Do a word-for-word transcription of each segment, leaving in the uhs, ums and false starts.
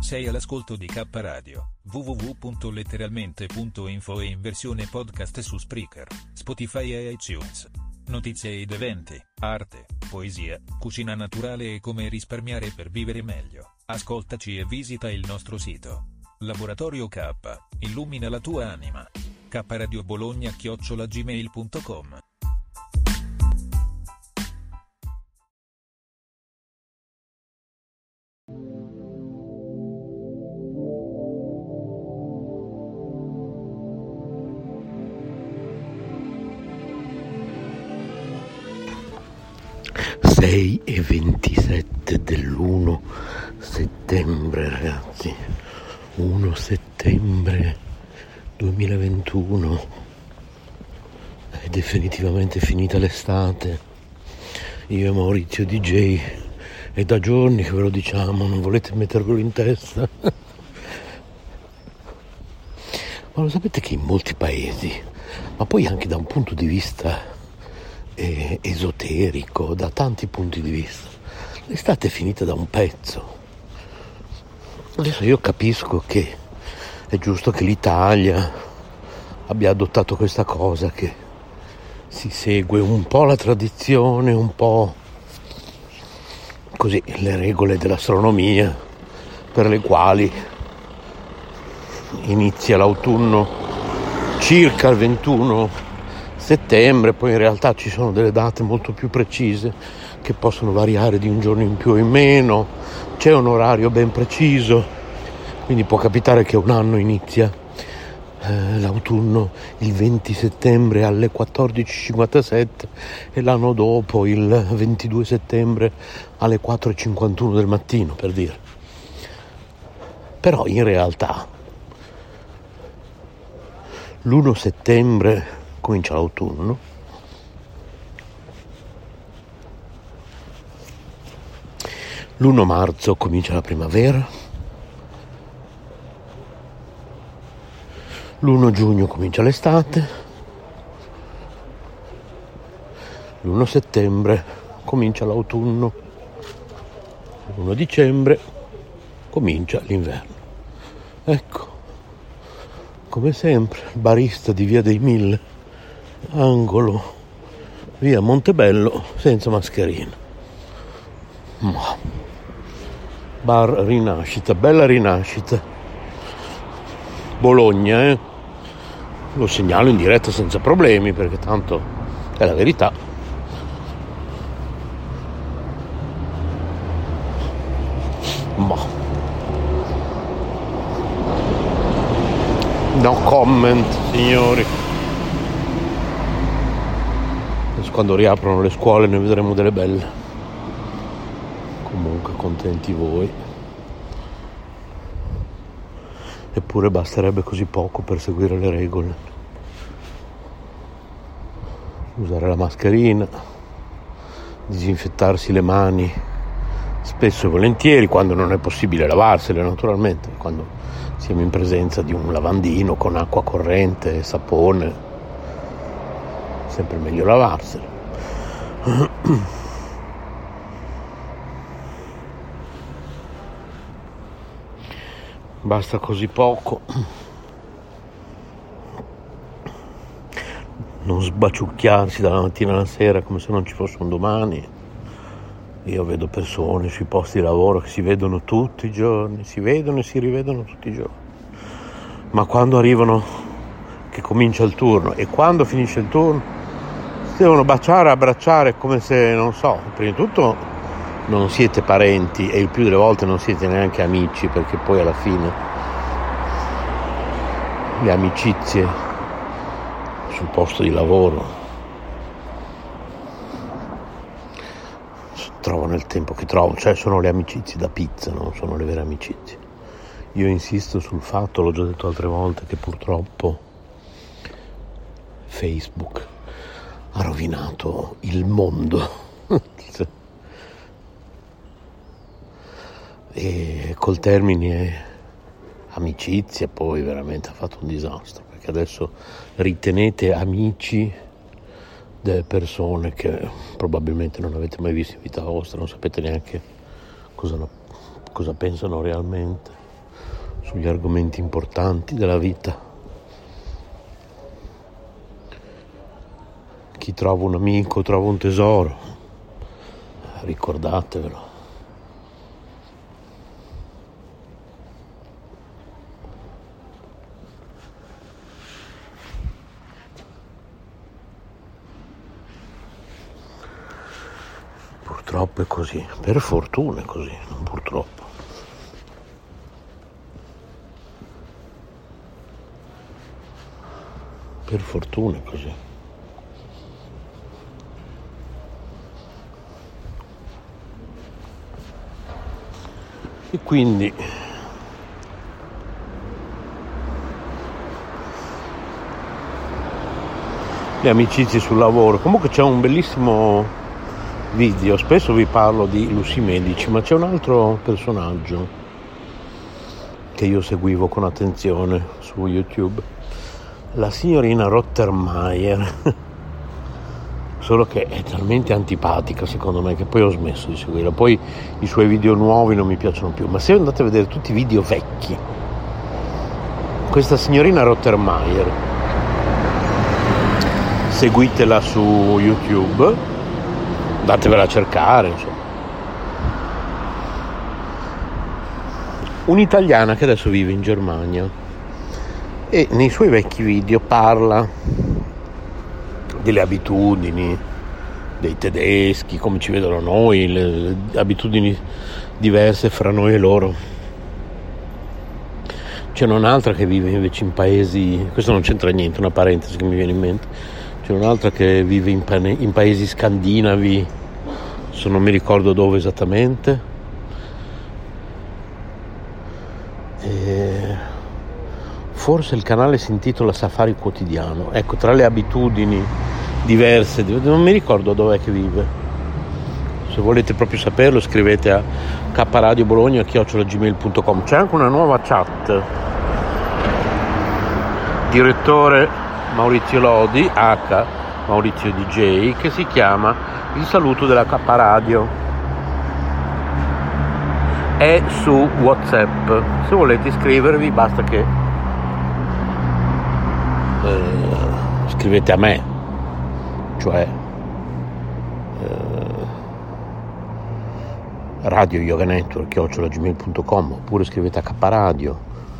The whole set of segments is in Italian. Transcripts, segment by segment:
Sei all'ascolto di K Radio, w w w punto letteralmente punto info e in versione podcast su Spreaker, Spotify e iTunes. Notizie ed eventi, arte, poesia, cucina naturale e come risparmiare per vivere meglio. Ascoltaci e visita il nostro sito. Laboratorio K, illumina la tua anima. K Radio Bologna chiocciola gmail punto com. sei e ventisette dell'primo settembre, ragazzi. primo settembre duemilaventuno. È definitivamente finita l'estate. Io e Maurizio D J è da giorni che ve lo diciamo, non volete mettervelo in testa. Ma lo sapete che in molti paesi, ma poi anche da un punto di vista eh, esoterico, da tanti punti di vista, l'estate è finita da un pezzo. Adesso io capisco che è giusto che l'Italia abbia adottato questa cosa, che si segue un po' la tradizione, un po' così le regole dell'astronomia, per le quali inizia l'autunno circa il ventuno settembre, poi in realtà ci sono delle date molto più precise che possono variare di un giorno in più o in meno, c'è un orario ben preciso, quindi può capitare che un anno inizia eh, l'autunno il venti settembre alle quattordici e cinquantasette e l'anno dopo il ventidue settembre alle quattro e cinquantuno del mattino, per dire. Però in realtà l'primo settembre comincia l'autunno, l'primo marzo comincia la primavera, l'primo giugno comincia l'estate, l'primo settembre comincia l'autunno, l'primo dicembre comincia l'inverno. Ecco, come sempre, barista di Via dei Mille, angolo Via Montebello, senza mascherina. Ma bar Rinascita, bella Rinascita, Bologna, eh? Lo segnalo in diretta senza problemi, perché tanto è la verità. Ma no comment, signori. Adesso quando riaprono le scuole ne vedremo delle belle. Comunque contenti voi. Eppure basterebbe così poco per seguire le regole. Usare la mascherina, disinfettarsi le mani spesso e volentieri, quando non è possibile lavarsele naturalmente, quando siamo in presenza di un lavandino con acqua corrente e sapone, sempre meglio lavarsele. Basta così poco. Non sbaciucchiarsi dalla mattina alla sera come se non ci fosse un domani. Io vedo persone sui posti di lavoro che si vedono tutti i giorni, si vedono e si rivedono tutti i giorni. Ma quando arrivano, che comincia il turno, e quando finisce il turno, si devono baciare, abbracciare, come se, non so, prima di tutto non siete parenti e il più delle volte non siete neanche amici, perché poi alla fine le amicizie sul posto di lavoro trovano il tempo che trovano, cioè sono le amicizie da pizza, non sono le vere amicizie. Io insisto sul fatto, l'ho già detto altre volte, che purtroppo Facebook ha rovinato il mondo e col termine amicizia poi veramente ha fatto un disastro, perché adesso ritenete amici delle persone che probabilmente non avete mai visto in vita vostra, non sapete neanche cosa, cosa pensano realmente. sugli argomenti importanti della vita. Chi trova un amico trova un tesoro, ricordatevelo. Purtroppo è così, per fortuna è così, non purtroppo. Per fortuna è così. E quindi le amicizie sul lavoro. Comunque c'è un bellissimo video, spesso vi parlo di Lucy Medici, ma c'è un altro personaggio che io seguivo con attenzione su YouTube, la signorina Rottermeier. Solo che è talmente antipatica secondo me che poi ho smesso di seguirla. Poi i suoi video nuovi non mi piacciono più, ma se andate a vedere tutti i video vecchi, questa signorina Rottermeier, seguitela su YouTube, datevela a cercare, insomma. Un'italiana che adesso vive in Germania e nei suoi vecchi video parla delle abitudini dei tedeschi, come ci vedono noi, le, le abitudini diverse fra noi e loro. C'è un'altra che vive invece in paesi, questo non c'entra niente, una parentesi che mi viene in mente, c'è un'altra che vive in, pa- in paesi scandinavi, se non mi ricordo dove esattamente, e forse il canale si intitola Safari Quotidiano. Ecco, tra le abitudini diverse, non mi ricordo dov'è che vive. Se volete proprio saperlo scrivete a kradiobologna chiocciola gmail punto com. C'è anche una nuova chat, direttore Maurizio Lodi H Maurizio D J, che si chiama Il saluto della K Radio. È su WhatsApp, se volete iscrivervi basta che eh, scrivete a me, cioè eh, Radio Yoga Network chiocciola gmail punto com, oppure scrivete a K Radio,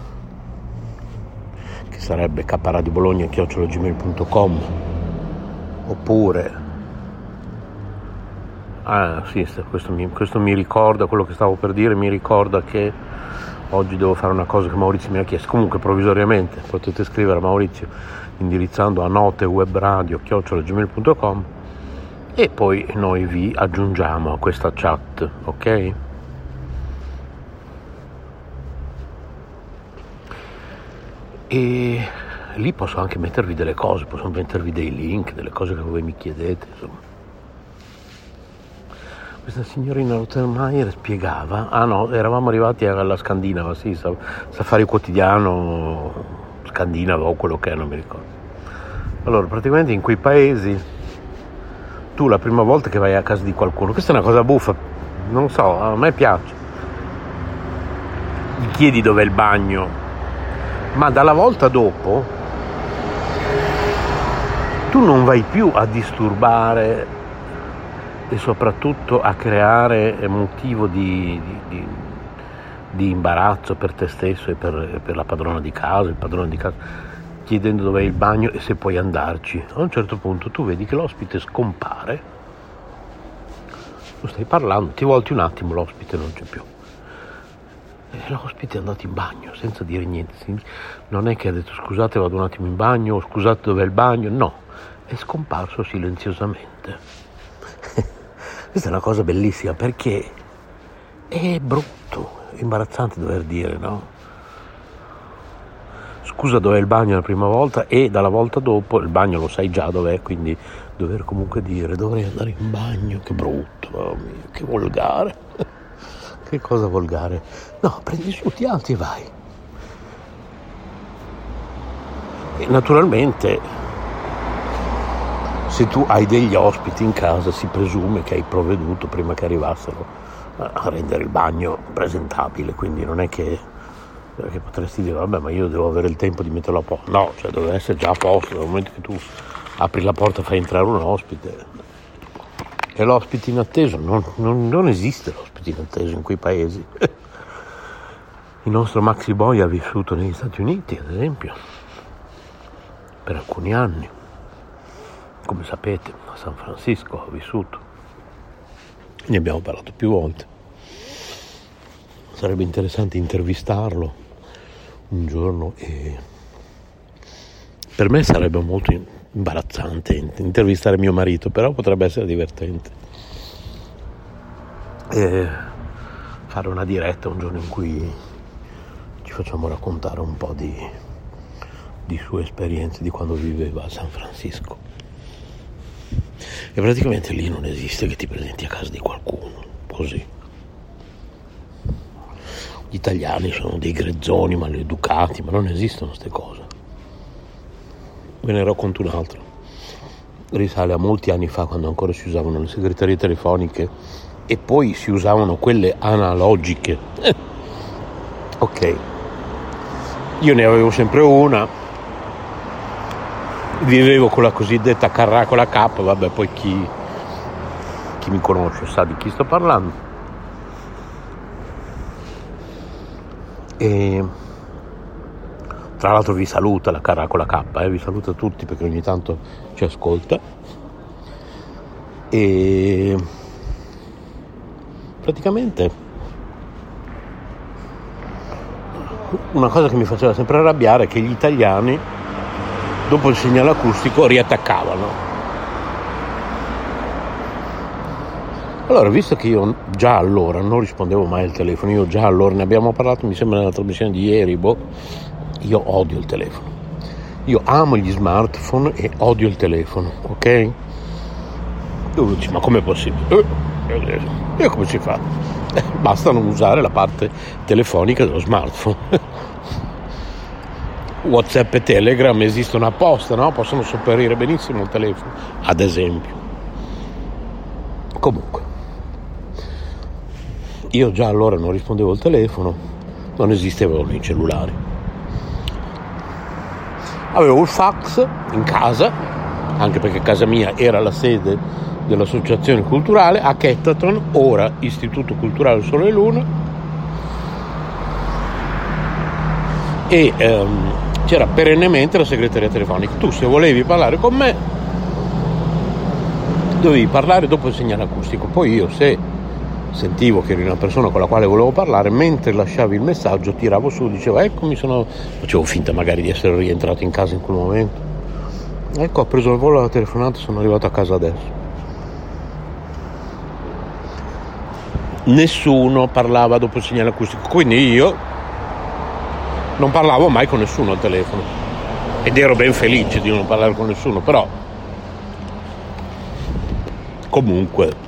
che sarebbe kradiobologna chiocciola gmail punto com, oppure ah sì, questo mi, questo mi ricorda quello che stavo per dire, mi ricorda che oggi devo fare una cosa che Maurizio mi ha chiesto. Comunque provvisoriamente potete scrivere a Maurizio indirizzando a notewebradio chiocciola gmail punto com e poi noi vi aggiungiamo a questa chat, ok? E lì posso anche mettervi delle cose, posso mettervi dei link, delle cose che voi mi chiedete, insomma. Questa signorina Rottermeier spiegava, ah no, eravamo arrivati alla Scandinava, sì, Safari Quotidiano Scandinava o quello che è, non mi ricordo. Allora, praticamente in quei paesi, tu la prima volta che vai a casa di qualcuno, questa è una cosa buffa, non so, a me piace, gli chiedi dov'è il bagno, ma dalla volta dopo tu non vai più a disturbare e soprattutto a creare motivo di, di, di, di imbarazzo per te stesso e per, per la padrona di casa, il padrone di casa, chiedendo dov'è il bagno e se puoi andarci. A un certo punto tu vedi che l'ospite scompare, tu stai parlando, ti volti un attimo, l'ospite non c'è più. E l'ospite è andato in bagno senza dire niente, non è che ha detto scusate vado un attimo in bagno, o scusate dov'è il bagno, no, è scomparso silenziosamente. Questa è una cosa bellissima perché è brutto, è imbarazzante dover dire, no? Scusa dov'è il bagno la prima volta e dalla volta dopo il bagno lo sai già dov'è, quindi dover comunque dire dovrei andare in bagno, che brutto, oh mio, che volgare. Che cosa volgare? No, prendi su, ti alzi e vai. E naturalmente se tu hai degli ospiti in casa si presume che hai provveduto prima che arrivassero a rendere il bagno presentabile, quindi non è che Perché potresti dire, vabbè, ma io devo avere il tempo di metterlo a posto. No, cioè deve essere già a posto dal momento che tu apri la porta e fai entrare un ospite. E l'ospite inatteso, non, non, non esiste l'ospite inatteso in quei paesi. Il nostro Maxi Boy ha vissuto negli Stati Uniti, ad esempio, per alcuni anni. Come sapete, a San Francisco ha vissuto. Ne abbiamo parlato più volte. Sarebbe interessante intervistarlo un giorno e per me sarebbe molto imbarazzante intervistare mio marito, però potrebbe essere divertente e fare una diretta un giorno in cui ci facciamo raccontare un po' di, di sue esperienze di quando viveva a San Francisco. E praticamente lì non esiste che ti presenti a casa di qualcuno così. Gli italiani sono dei grezzoni maleducati, ma non esistono queste cose. Ve ne racconto un altro. Risale a molti anni fa, quando ancora si usavano le segreterie telefoniche e poi si usavano quelle analogiche. Eh. Ok. Io ne avevo sempre una. Vivevo con la cosiddetta Carracola K, vabbè, poi chi, chi mi conosce sa di chi sto parlando. E tra l'altro vi saluta la Caracola K, eh, vi saluta tutti perché ogni tanto ci ascolta. E praticamente una cosa che mi faceva sempre arrabbiare è che gli italiani dopo il segnale acustico riattaccavano. Allora, visto che io già allora non rispondevo mai al telefono, io già allora, ne abbiamo parlato mi sembra nella trasmissione di ieri, boh, io odio il telefono. Io amo gli smartphone e odio il telefono, ok? Tu dici, ma com'è possibile? Eh, e come si fa? Eh, basta non usare la parte telefonica dello smartphone. WhatsApp e Telegram esistono apposta, no? Possono sopperire benissimo il telefono, ad esempio. Comunque, io già allora non rispondevo al telefono, non esistevano i cellulari. Avevo il fax in casa, anche perché casa mia era la sede dell'associazione culturale a Kettaton, ora Istituto Culturale Sole e Luna, e ehm, c'era perennemente la segreteria telefonica. Tu, se volevi parlare con me, dovevi parlare dopo il segnale acustico. Poi io, se sentivo che eri una persona con la quale volevo parlare, mentre lasciavi il messaggio tiravo su, dicevo eccomi, sono... facevo finta magari di essere rientrato in casa in quel momento. Ecco, ho preso il volo alla telefonata, sono arrivato a casa adesso. Nessuno parlava dopo il segnale acustico, quindi io non parlavo mai con nessuno al telefono ed ero ben felice di non parlare con nessuno, però comunque.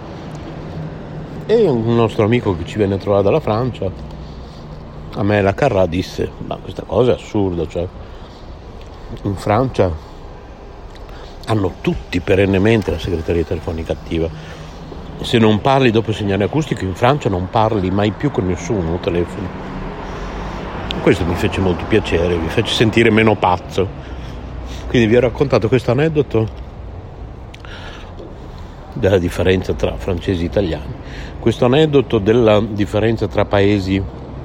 E un nostro amico che ci venne a trovare dalla Francia, a me la Carrà, disse, ma questa cosa è assurda, cioè in Francia hanno tutti perennemente la segreteria telefonica attiva. Se non parli dopo il segnale acustico in Francia non parli mai più con nessuno al telefono. Questo mi fece molto piacere, mi fece sentire meno pazzo. Quindi vi ho raccontato questo aneddoto della differenza tra francesi e italiani, questo aneddoto della differenza tra paesi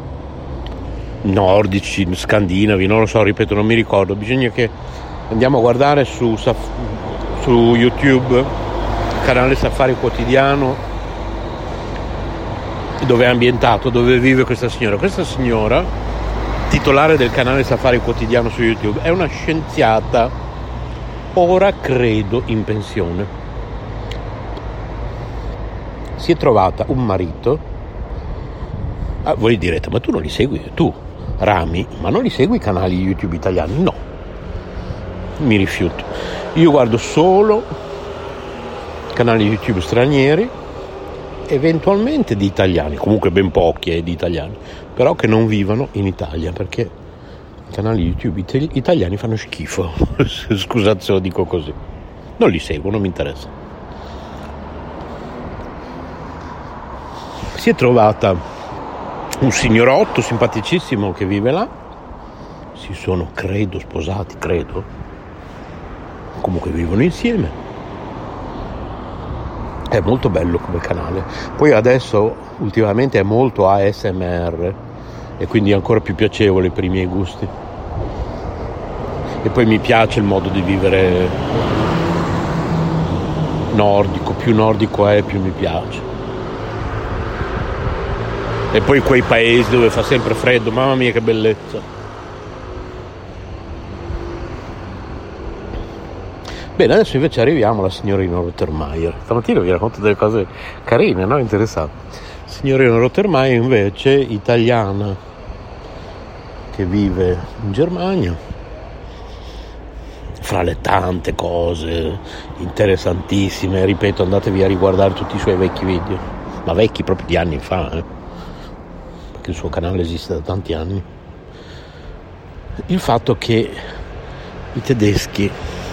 nordici, scandinavi, non lo so, ripeto, non mi ricordo, bisogna che andiamo a guardare su, su YouTube, canale Safari Quotidiano, dove è ambientato, dove vive questa signora. Questa signora, titolare del canale Safari Quotidiano su YouTube, è una scienziata, ora credo in pensione. Si è trovata un marito. Ah, voi direte, ma tu non li segui? Tu, Rami, ma non li segui i canali YouTube italiani? No, mi rifiuto. Io guardo solo canali YouTube stranieri, eventualmente di italiani, comunque ben pochi eh, di italiani, però che non vivono in Italia, perché i canali YouTube it- italiani fanno schifo. Scusate se lo dico così. Non li seguo, non mi interessa. Si è trovata un signorotto simpaticissimo che vive là. Si sono, credo, sposati, credo. Comunque vivono insieme. È molto bello come canale. Poi adesso, ultimamente, è molto A S M R e quindi è ancora più piacevole per i miei gusti. E poi mi piace il modo di vivere nordico. Più nordico è, più mi piace. E poi quei paesi dove fa sempre freddo, mamma mia che bellezza. Bene, adesso invece arriviamo alla signorina Rottermeier. Stamattina vi racconto delle cose carine, no? Interessanti. Signorina Rottermeier invece, italiana, che vive in Germania, fra le tante cose interessantissime. Ripeto, andatevi a riguardare tutti i suoi vecchi video, ma vecchi proprio di anni fa, eh? Perché il suo canale esiste da tanti anni. Il fatto che i tedeschi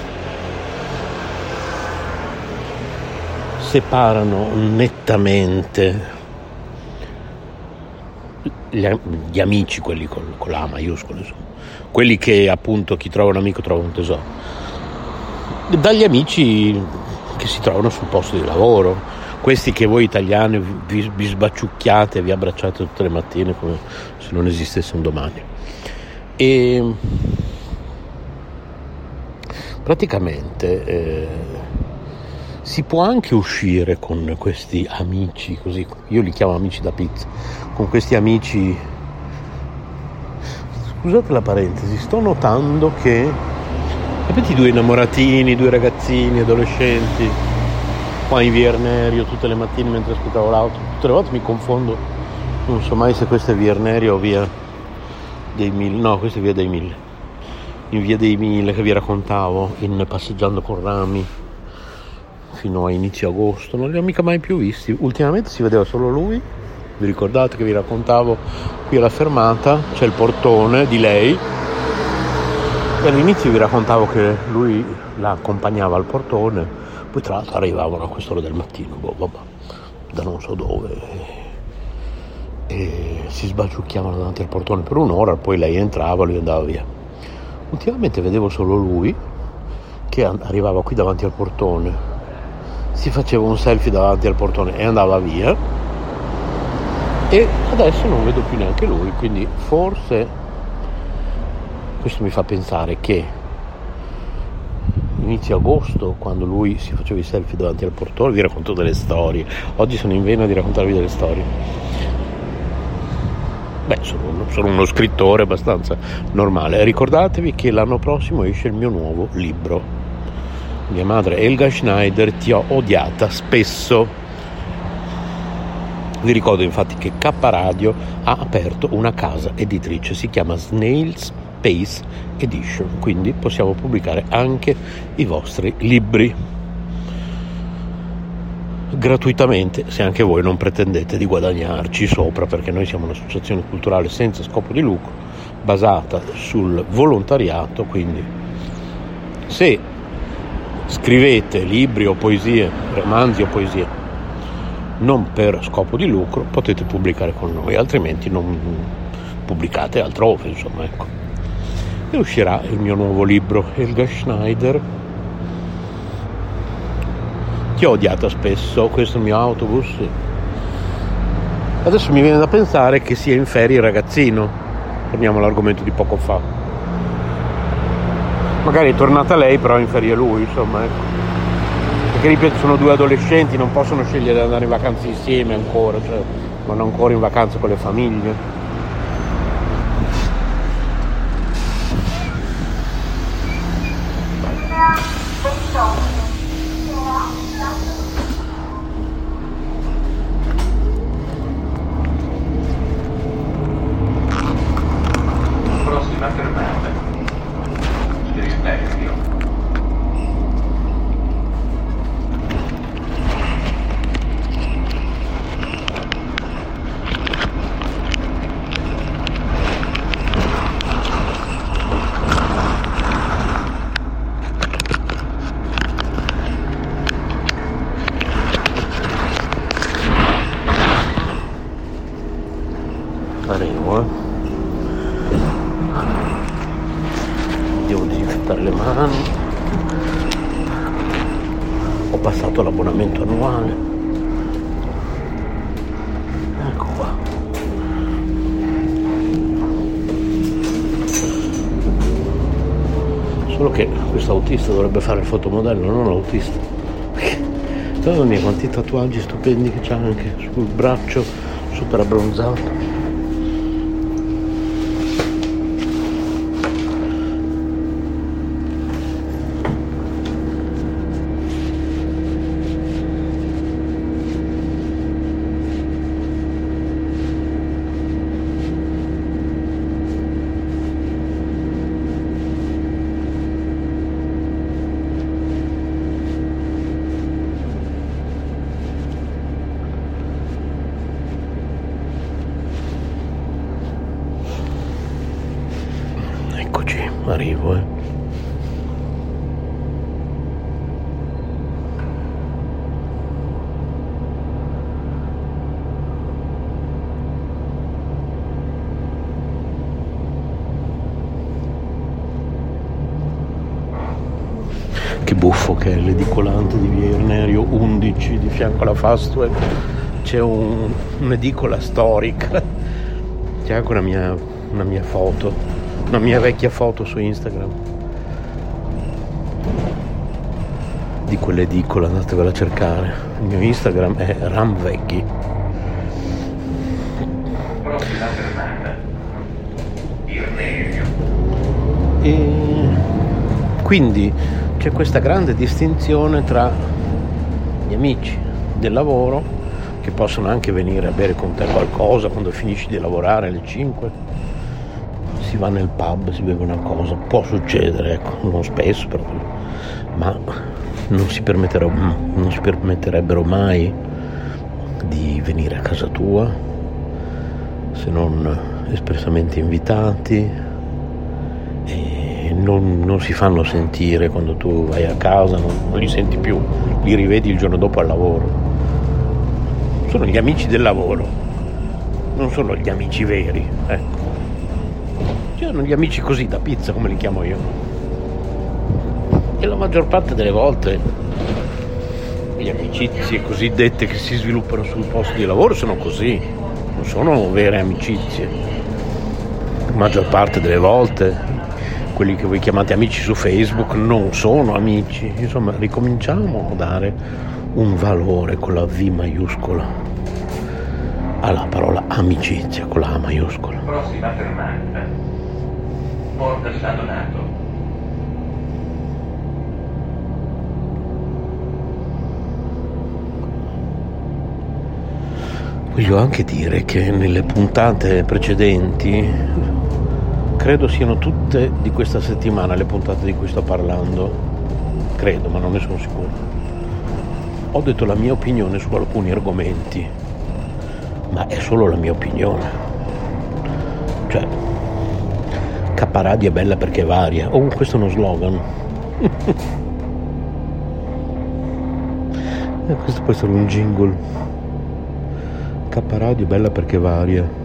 separano nettamente gli, gli amici, quelli con, con la maiuscola, insomma, quelli che appunto chi trova un amico trova un tesoro, dagli amici che si trovano sul posto di lavoro, questi che voi italiani vi, vi sbaciucchiate e vi abbracciate tutte le mattine come se non esistesse un domani. E praticamente eh, si può anche uscire con questi amici, così, io li chiamo amici da pizza, con questi amici. Scusate la parentesi, sto notando che sapete, due innamoratini, due ragazzini, adolescenti, qua in via Ernerio tutte le mattine mentre aspettavo l'auto, tutte le volte mi confondo, non so mai se questa è via Ernerio o via dei Mille, no, questa è via dei Mille, in via dei Mille che vi raccontavo, in Passeggiando con Rami, fino a inizio agosto, non li ho mica mai più visti. Ultimamente si vedeva solo lui. Vi ricordate che vi raccontavo qui alla fermata c'è il portone di lei e all'inizio vi raccontavo che lui la accompagnava al portone, poi tra l'altro arrivavano a quest'ora del mattino, boh, vabbè, da non so dove, e si sbaciucchiavano davanti al portone per un'ora, poi lei entrava, lui andava via. Ultimamente vedevo solo lui che arrivava qui davanti al portone, si faceva un selfie davanti al portone e andava via, e adesso non vedo più neanche lui, quindi forse questo mi fa pensare che inizio agosto, quando lui si faceva i selfie davanti al portone, vi racconto delle storie, oggi sono in vena di raccontarvi delle storie. Beh, sono uno, sono uno scrittore abbastanza normale. Ricordatevi che l'anno prossimo esce il mio nuovo libro. Mia madre Elga Schneider, ti ho odiata spesso. Vi ricordo infatti che K Radio ha aperto una casa editrice, si chiama Snail's Space Edition, quindi possiamo pubblicare anche i vostri libri gratuitamente, se anche voi non pretendete di guadagnarci sopra, perché noi siamo un'associazione culturale senza scopo di lucro basata sul volontariato, quindi se scrivete libri o poesie, romanzi o poesie non per scopo di lucro, potete pubblicare con noi, altrimenti non pubblicate altrove, insomma, ecco. E uscirà il mio nuovo libro, Elga Schneider, ti ho odiata spesso, questo è il mio autobus. Adesso mi viene da pensare che sia in ferie il ragazzino, torniamo all'argomento di poco fa, magari è tornata lei però in ferie lui, insomma, ecco. Perché ripeto, sono due adolescenti, non possono scegliere di andare in vacanza insieme ancora, cioè vanno ancora in vacanza con le famiglie. Prossima fermata Risveglio. Arrivo, eh. Devo disinfettare le mani. Ho passato l'abbonamento annuale. Ecco qua. Solo che questo autista dovrebbe fare il fotomodello, non l'autista. Mamma mia, quanti tatuaggi stupendi che c'ha anche sul braccio, super abbronzato. Eccoci, arrivo, eh. Che buffo che è l'edicolante di Via Irnerio undici, di fianco alla Fastweb c'è un, un'edicola storica. C'è anche una mia, una mia foto, una mia vecchia foto su Instagram di quell'edicola, andatevela a cercare. Il mio Instagram è ramveghi. Prossima fermata Irnerio. E quindi c'è questa grande distinzione tra gli amici del lavoro, che possono anche venire a bere con te qualcosa quando finisci di lavorare alle cinque, si va nel pub, si beve una cosa, può succedere, ecco, non spesso però, ma non si permetterebbero, non si permetterebbero mai di venire a casa tua se non espressamente invitati. E non, non si fanno sentire quando tu vai a casa, non, non li senti più, li rivedi il giorno dopo al lavoro. Sono gli amici del lavoro, non sono gli amici veri, ecco. Sono gli amici così da pizza, come li chiamo io. E la maggior parte delle volte le amicizie cosiddette che si sviluppano sul posto di lavoro sono così, non sono vere amicizie. La maggior parte delle volte quelli che voi chiamate amici su Facebook non sono amici. Insomma, ricominciamo a dare un valore con la V maiuscola alla parola amicizia con la A maiuscola. Prossima fermata Porta San Donato. Voglio anche dire che nelle puntate precedenti, credo siano tutte di questa settimana le puntate di cui sto parlando, credo, ma non ne sono sicuro, ho detto la mia opinione su alcuni argomenti, ma è solo la mia opinione. Cioè, K-Radio è bella perché varia. Oh, questo è uno slogan. E questo può essere un jingle. K-Radio è bella perché varia.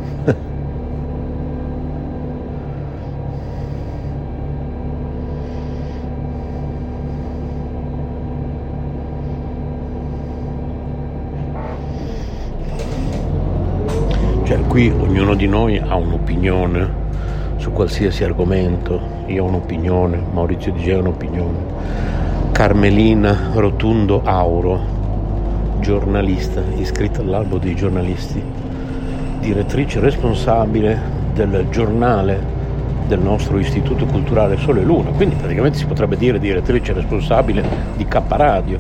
Cioè, qui ognuno di noi ha un'opinione su qualsiasi argomento. Io ho un'opinione, Maurizio Di Gea ha un'opinione, Carmelina Rotundo Auro, giornalista, iscritta all'albo dei giornalisti, direttrice responsabile del giornale del nostro Istituto Culturale Sole e Luna, quindi praticamente si potrebbe dire direttrice responsabile di K-Radio.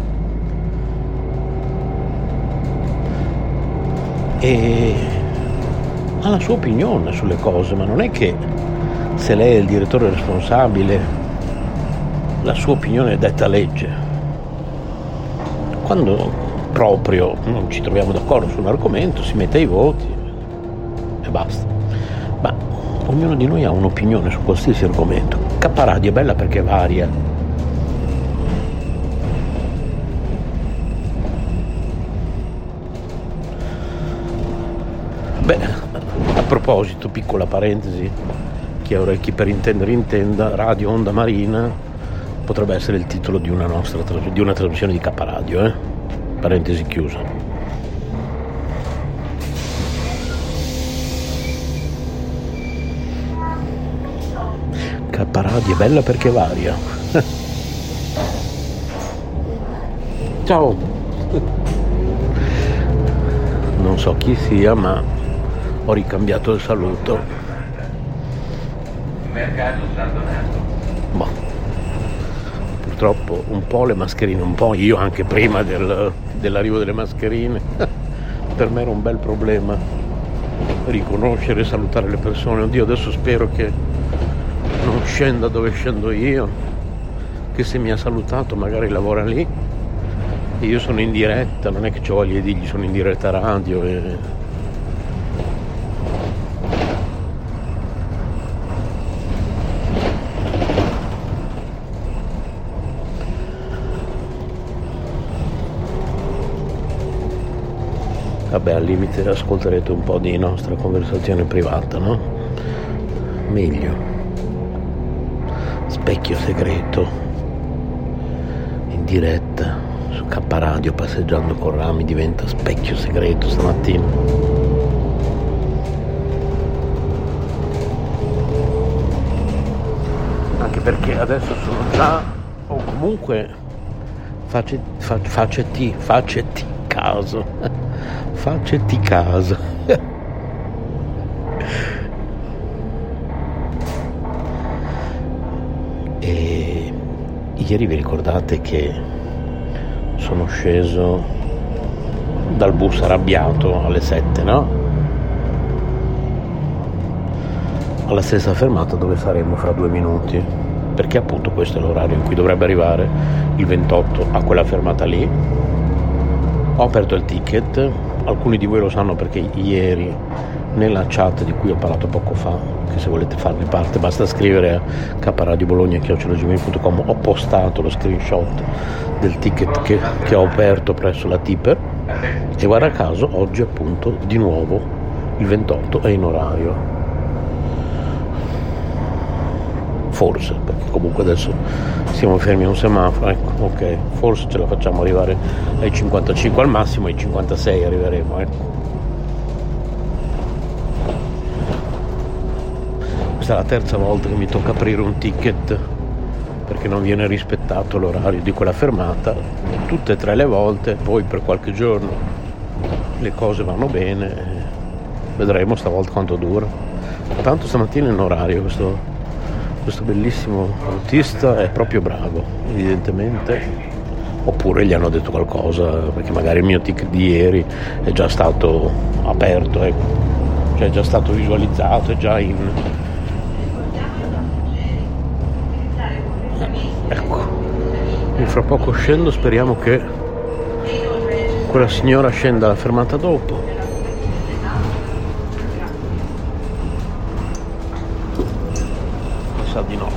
E ha la sua opinione sulle cose, ma non è che se lei è il direttore responsabile la sua opinione è detta legge. Quando proprio non ci troviamo d'accordo su un argomento si mette ai voti e basta. Ma ognuno di noi ha un'opinione su qualsiasi argomento. K-Radio è bella perché varia. Beh, a proposito, piccola parentesi, chi ha orecchi per intendere intenda, Radio Onda Marina potrebbe essere il titolo di una nostra di una trasmissione di K Radio, eh? Parentesi chiusa. K Radio è bella perché varia. Ciao. Non so chi sia, ma ho ricambiato il saluto. Mercato San Donato. Boh. Purtroppo un po' le mascherine, un po' io anche prima del, dell'arrivo delle mascherine. Per me era un bel problema riconoscere e salutare le persone. Oddio, adesso spero che non scenda dove scendo io, che se mi ha salutato magari lavora lì e io sono in diretta, non è che ci voglia di dirgli sono in diretta radio e... Vabbè, al limite ascolterete un po' di nostra conversazione privata, no? Meglio. Specchio segreto in diretta su K Radio, passeggiando con Rami diventa specchio segreto stamattina. Anche perché adesso sono già, o comunque face, fa, facetti facetti caso facetti caso e ieri vi ricordate che sono sceso dal bus arrabbiato alle sette, no? Alla stessa fermata dove saremo fra due minuti, perché appunto questo è l'orario in cui dovrebbe arrivare il ventotto a quella fermata lì. Ho aperto il ticket, alcuni di voi lo sanno perché ieri nella chat di cui ho parlato poco fa, che se volete farne parte basta scrivere a kradiobologna chiocciola gmail punto com, ho postato lo screenshot del ticket che, che ho aperto presso la Tipper e guarda caso oggi appunto di nuovo il ventotto è in orario. Forse, perché comunque adesso siamo fermi a un semaforo, ecco, ok, forse ce la facciamo arrivare ai cinquantacinque, al massimo ai cinquantasei arriveremo, ecco. Questa è la terza volta che mi tocca aprire un ticket perché non viene rispettato l'orario di quella fermata, tutte e tre le volte, poi per qualche giorno le cose vanno bene, vedremo stavolta quanto dura. Tanto stamattina è in orario questo questo bellissimo autista, è proprio bravo evidentemente, oppure gli hanno detto qualcosa perché magari il mio ticket di ieri è già stato aperto, ecco, cioè è già stato visualizzato, è già in ecco, e fra poco scendo, speriamo che quella signora scenda alla fermata dopo. Sa di no.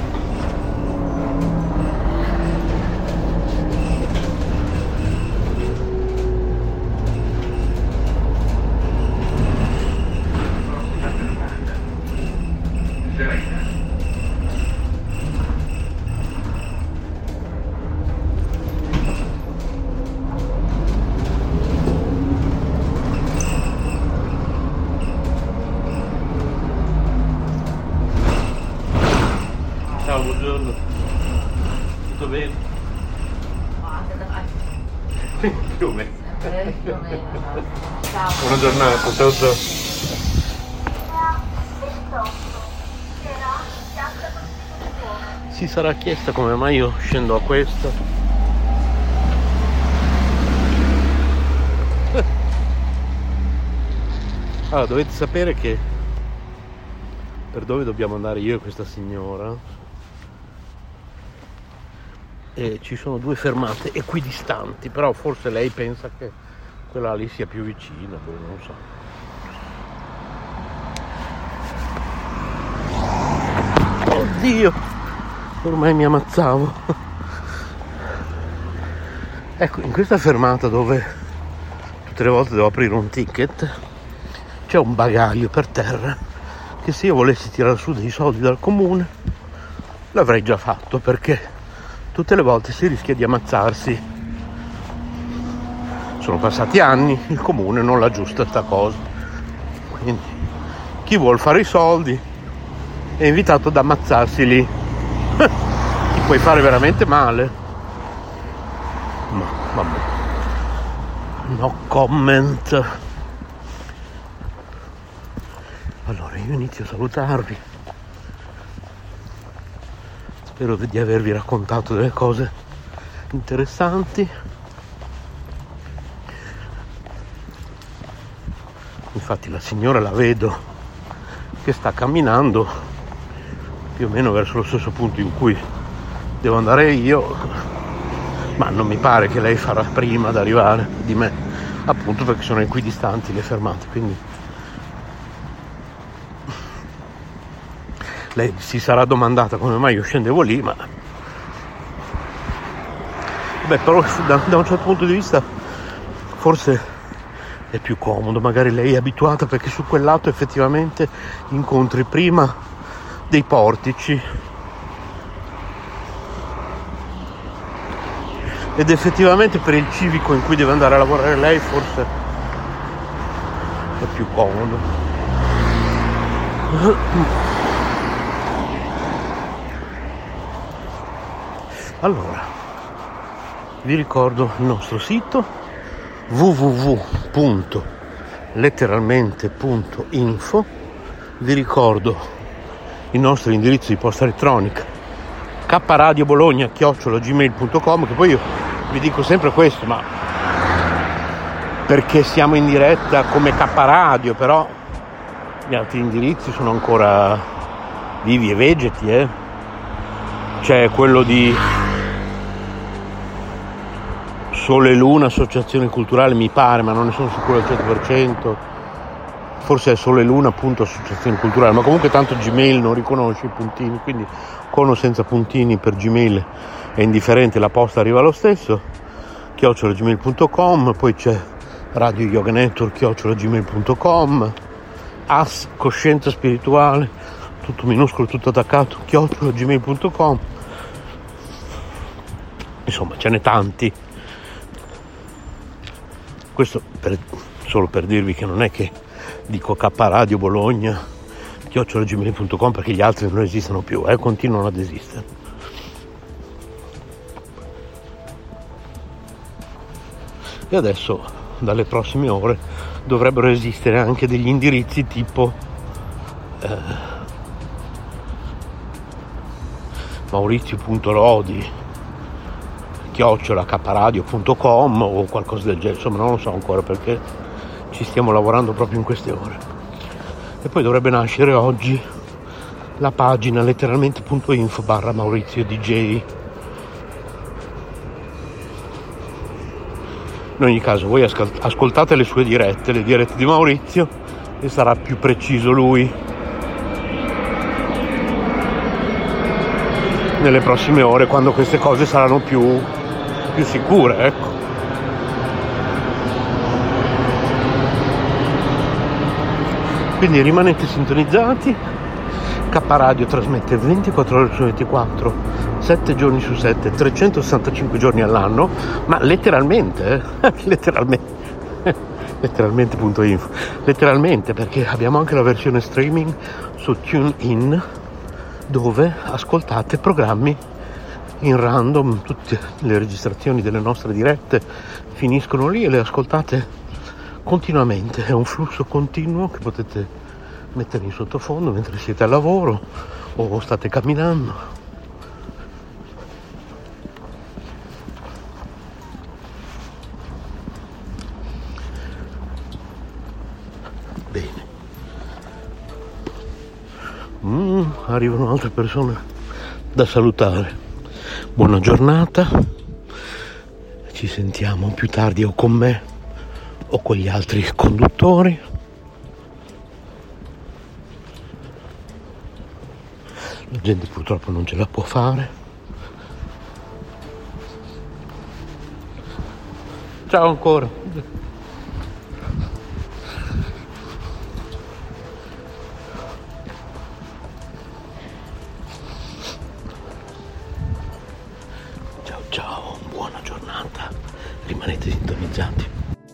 Ciao, buongiorno. Tutto bene? Più o meno. Buona giornata, ciao ciao. Si sarà chiesta come mai io scendo a questa. Allora, dovete sapere che per dove dobbiamo andare io e questa signora e ci sono due fermate equidistanti, però forse lei pensa che quella lì sia più vicina, boh, non so. Oddio, ormai mi ammazzavo. Ecco, in questa fermata dove tutte le volte devo aprire un ticket c'è un bagaglio per terra che se io volessi tirare su dei soldi dal comune l'avrei già fatto, perché tutte le volte si rischia di ammazzarsi. Sono passati anni, il comune non l'aggiusta sta cosa, quindi chi vuol fare i soldi è invitato ad ammazzarsi lì. Ti puoi fare veramente male. Ma vabbè, no comment. Allora io inizio a salutarvi, spero di avervi raccontato delle cose interessanti. Infatti la signora la vedo che sta camminando più o meno verso lo stesso punto in cui devo andare io, ma non mi pare che lei farà prima ad arrivare di me, appunto perché sono equidistanti le fermate, quindi lei si sarà domandata come mai io scendevo lì, ma beh, però da, da un certo punto di vista forse è più comodo, magari lei è abituata, perché su quel lato effettivamente incontri prima dei portici ed effettivamente per il civico in cui deve andare a lavorare lei forse è più comodo. Allora, vi ricordo il nostro sito w w w punto letteralmente punto info, vi ricordo il nostro indirizzo di posta elettronica k radio bologna chiocciola gmail punto com, che poi io vi dico sempre questo, ma perché siamo in diretta come K Radio, però gli altri indirizzi sono ancora vivi e vegeti, eh? C'è quello di Sole e Luna, associazione culturale, mi pare, ma non ne sono sicuro al cento per cento. Forse è Sole e Luna punto associazione culturale, ma comunque tanto Gmail non riconosce i puntini, quindi con o senza puntini per Gmail è indifferente, la posta arriva lo stesso, chiocciola gmail punto com. Poi c'è Radio Yoga Network chiocciola gmail punto com, A S Coscienza Spirituale, tutto minuscolo, tutto attaccato, chiocciola gmail punto com. Insomma, ce n'è tanti. Questo per, solo per dirvi che non è che dico K Radio Bologna chiocciola gmail punto com perché gli altri non esistono più, eh, continuano ad esistere. E adesso dalle prossime ore dovrebbero esistere anche degli indirizzi tipo eh, maurizio punto lodi chiocciola k radio punto com o qualcosa del genere, insomma non lo so ancora perché ci stiamo lavorando proprio in queste ore. E poi dovrebbe nascere oggi la pagina letteralmente punto info barra Maurizio D J. In ogni caso voi ascoltate le sue dirette, le dirette di Maurizio, e sarà più preciso lui nelle prossime ore, quando queste cose saranno più più sicure, ecco. Quindi rimanete sintonizzati. K Radio trasmette ventiquattro ore su ventiquattro, sette giorni su sette, trecentosessantacinque giorni all'anno, ma letteralmente, eh? letteralmente, letteralmente punto info, letteralmente, perché abbiamo anche la versione streaming su TuneIn, dove ascoltate programmi in random, tutte le registrazioni delle nostre dirette finiscono lì e le ascoltate continuamente, è un flusso continuo che potete mettere in sottofondo mentre siete al lavoro o state camminando. Bene. Mm, arrivano altre persone da salutare. Buona giornata, ci sentiamo più tardi o con me o con gli altri conduttori. La gente purtroppo non ce la può fare. Ciao ancora. rimanete sintonizzati.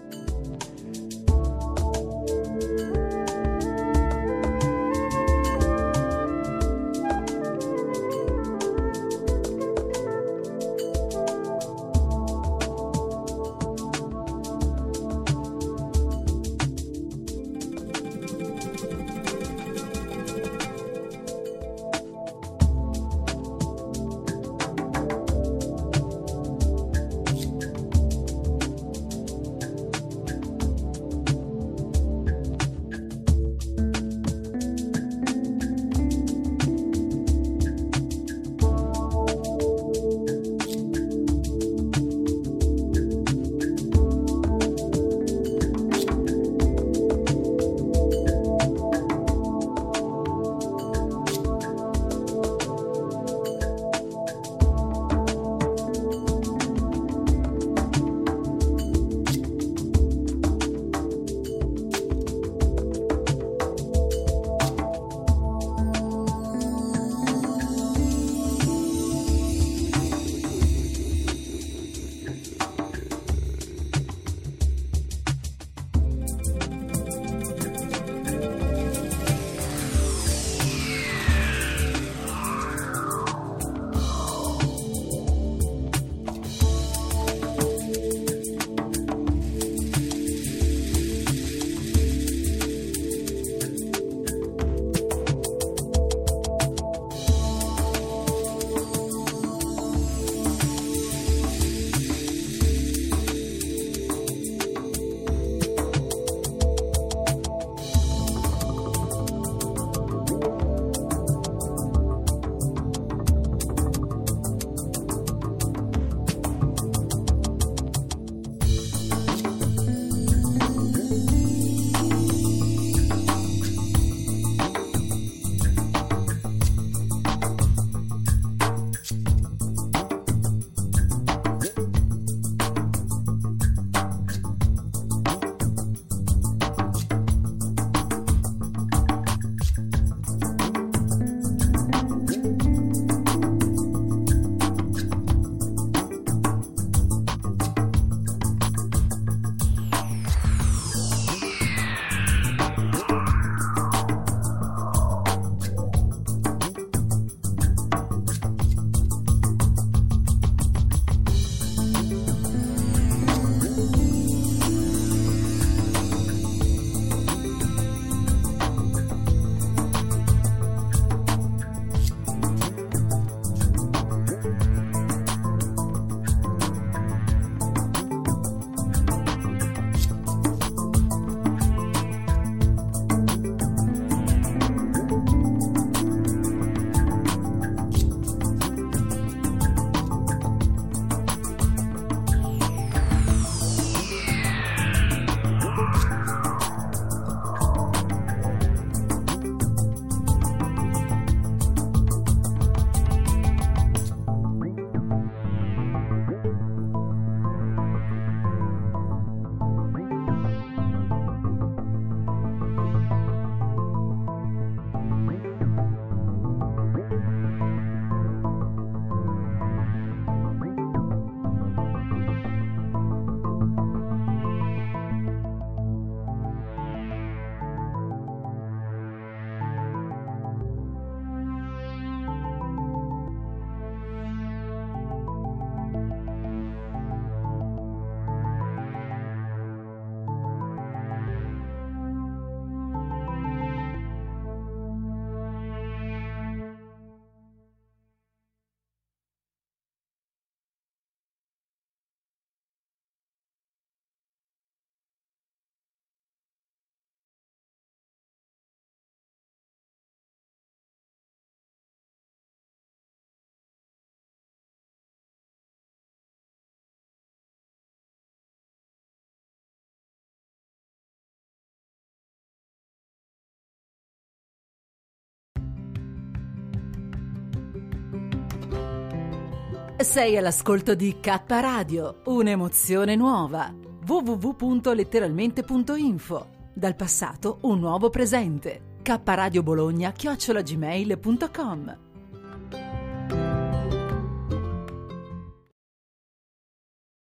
Sei all'ascolto di K Radio, un'emozione nuova. w w w punto letteralmente punto info. Dal passato un nuovo presente. K Radio Bologna chiocciola gmail punto com.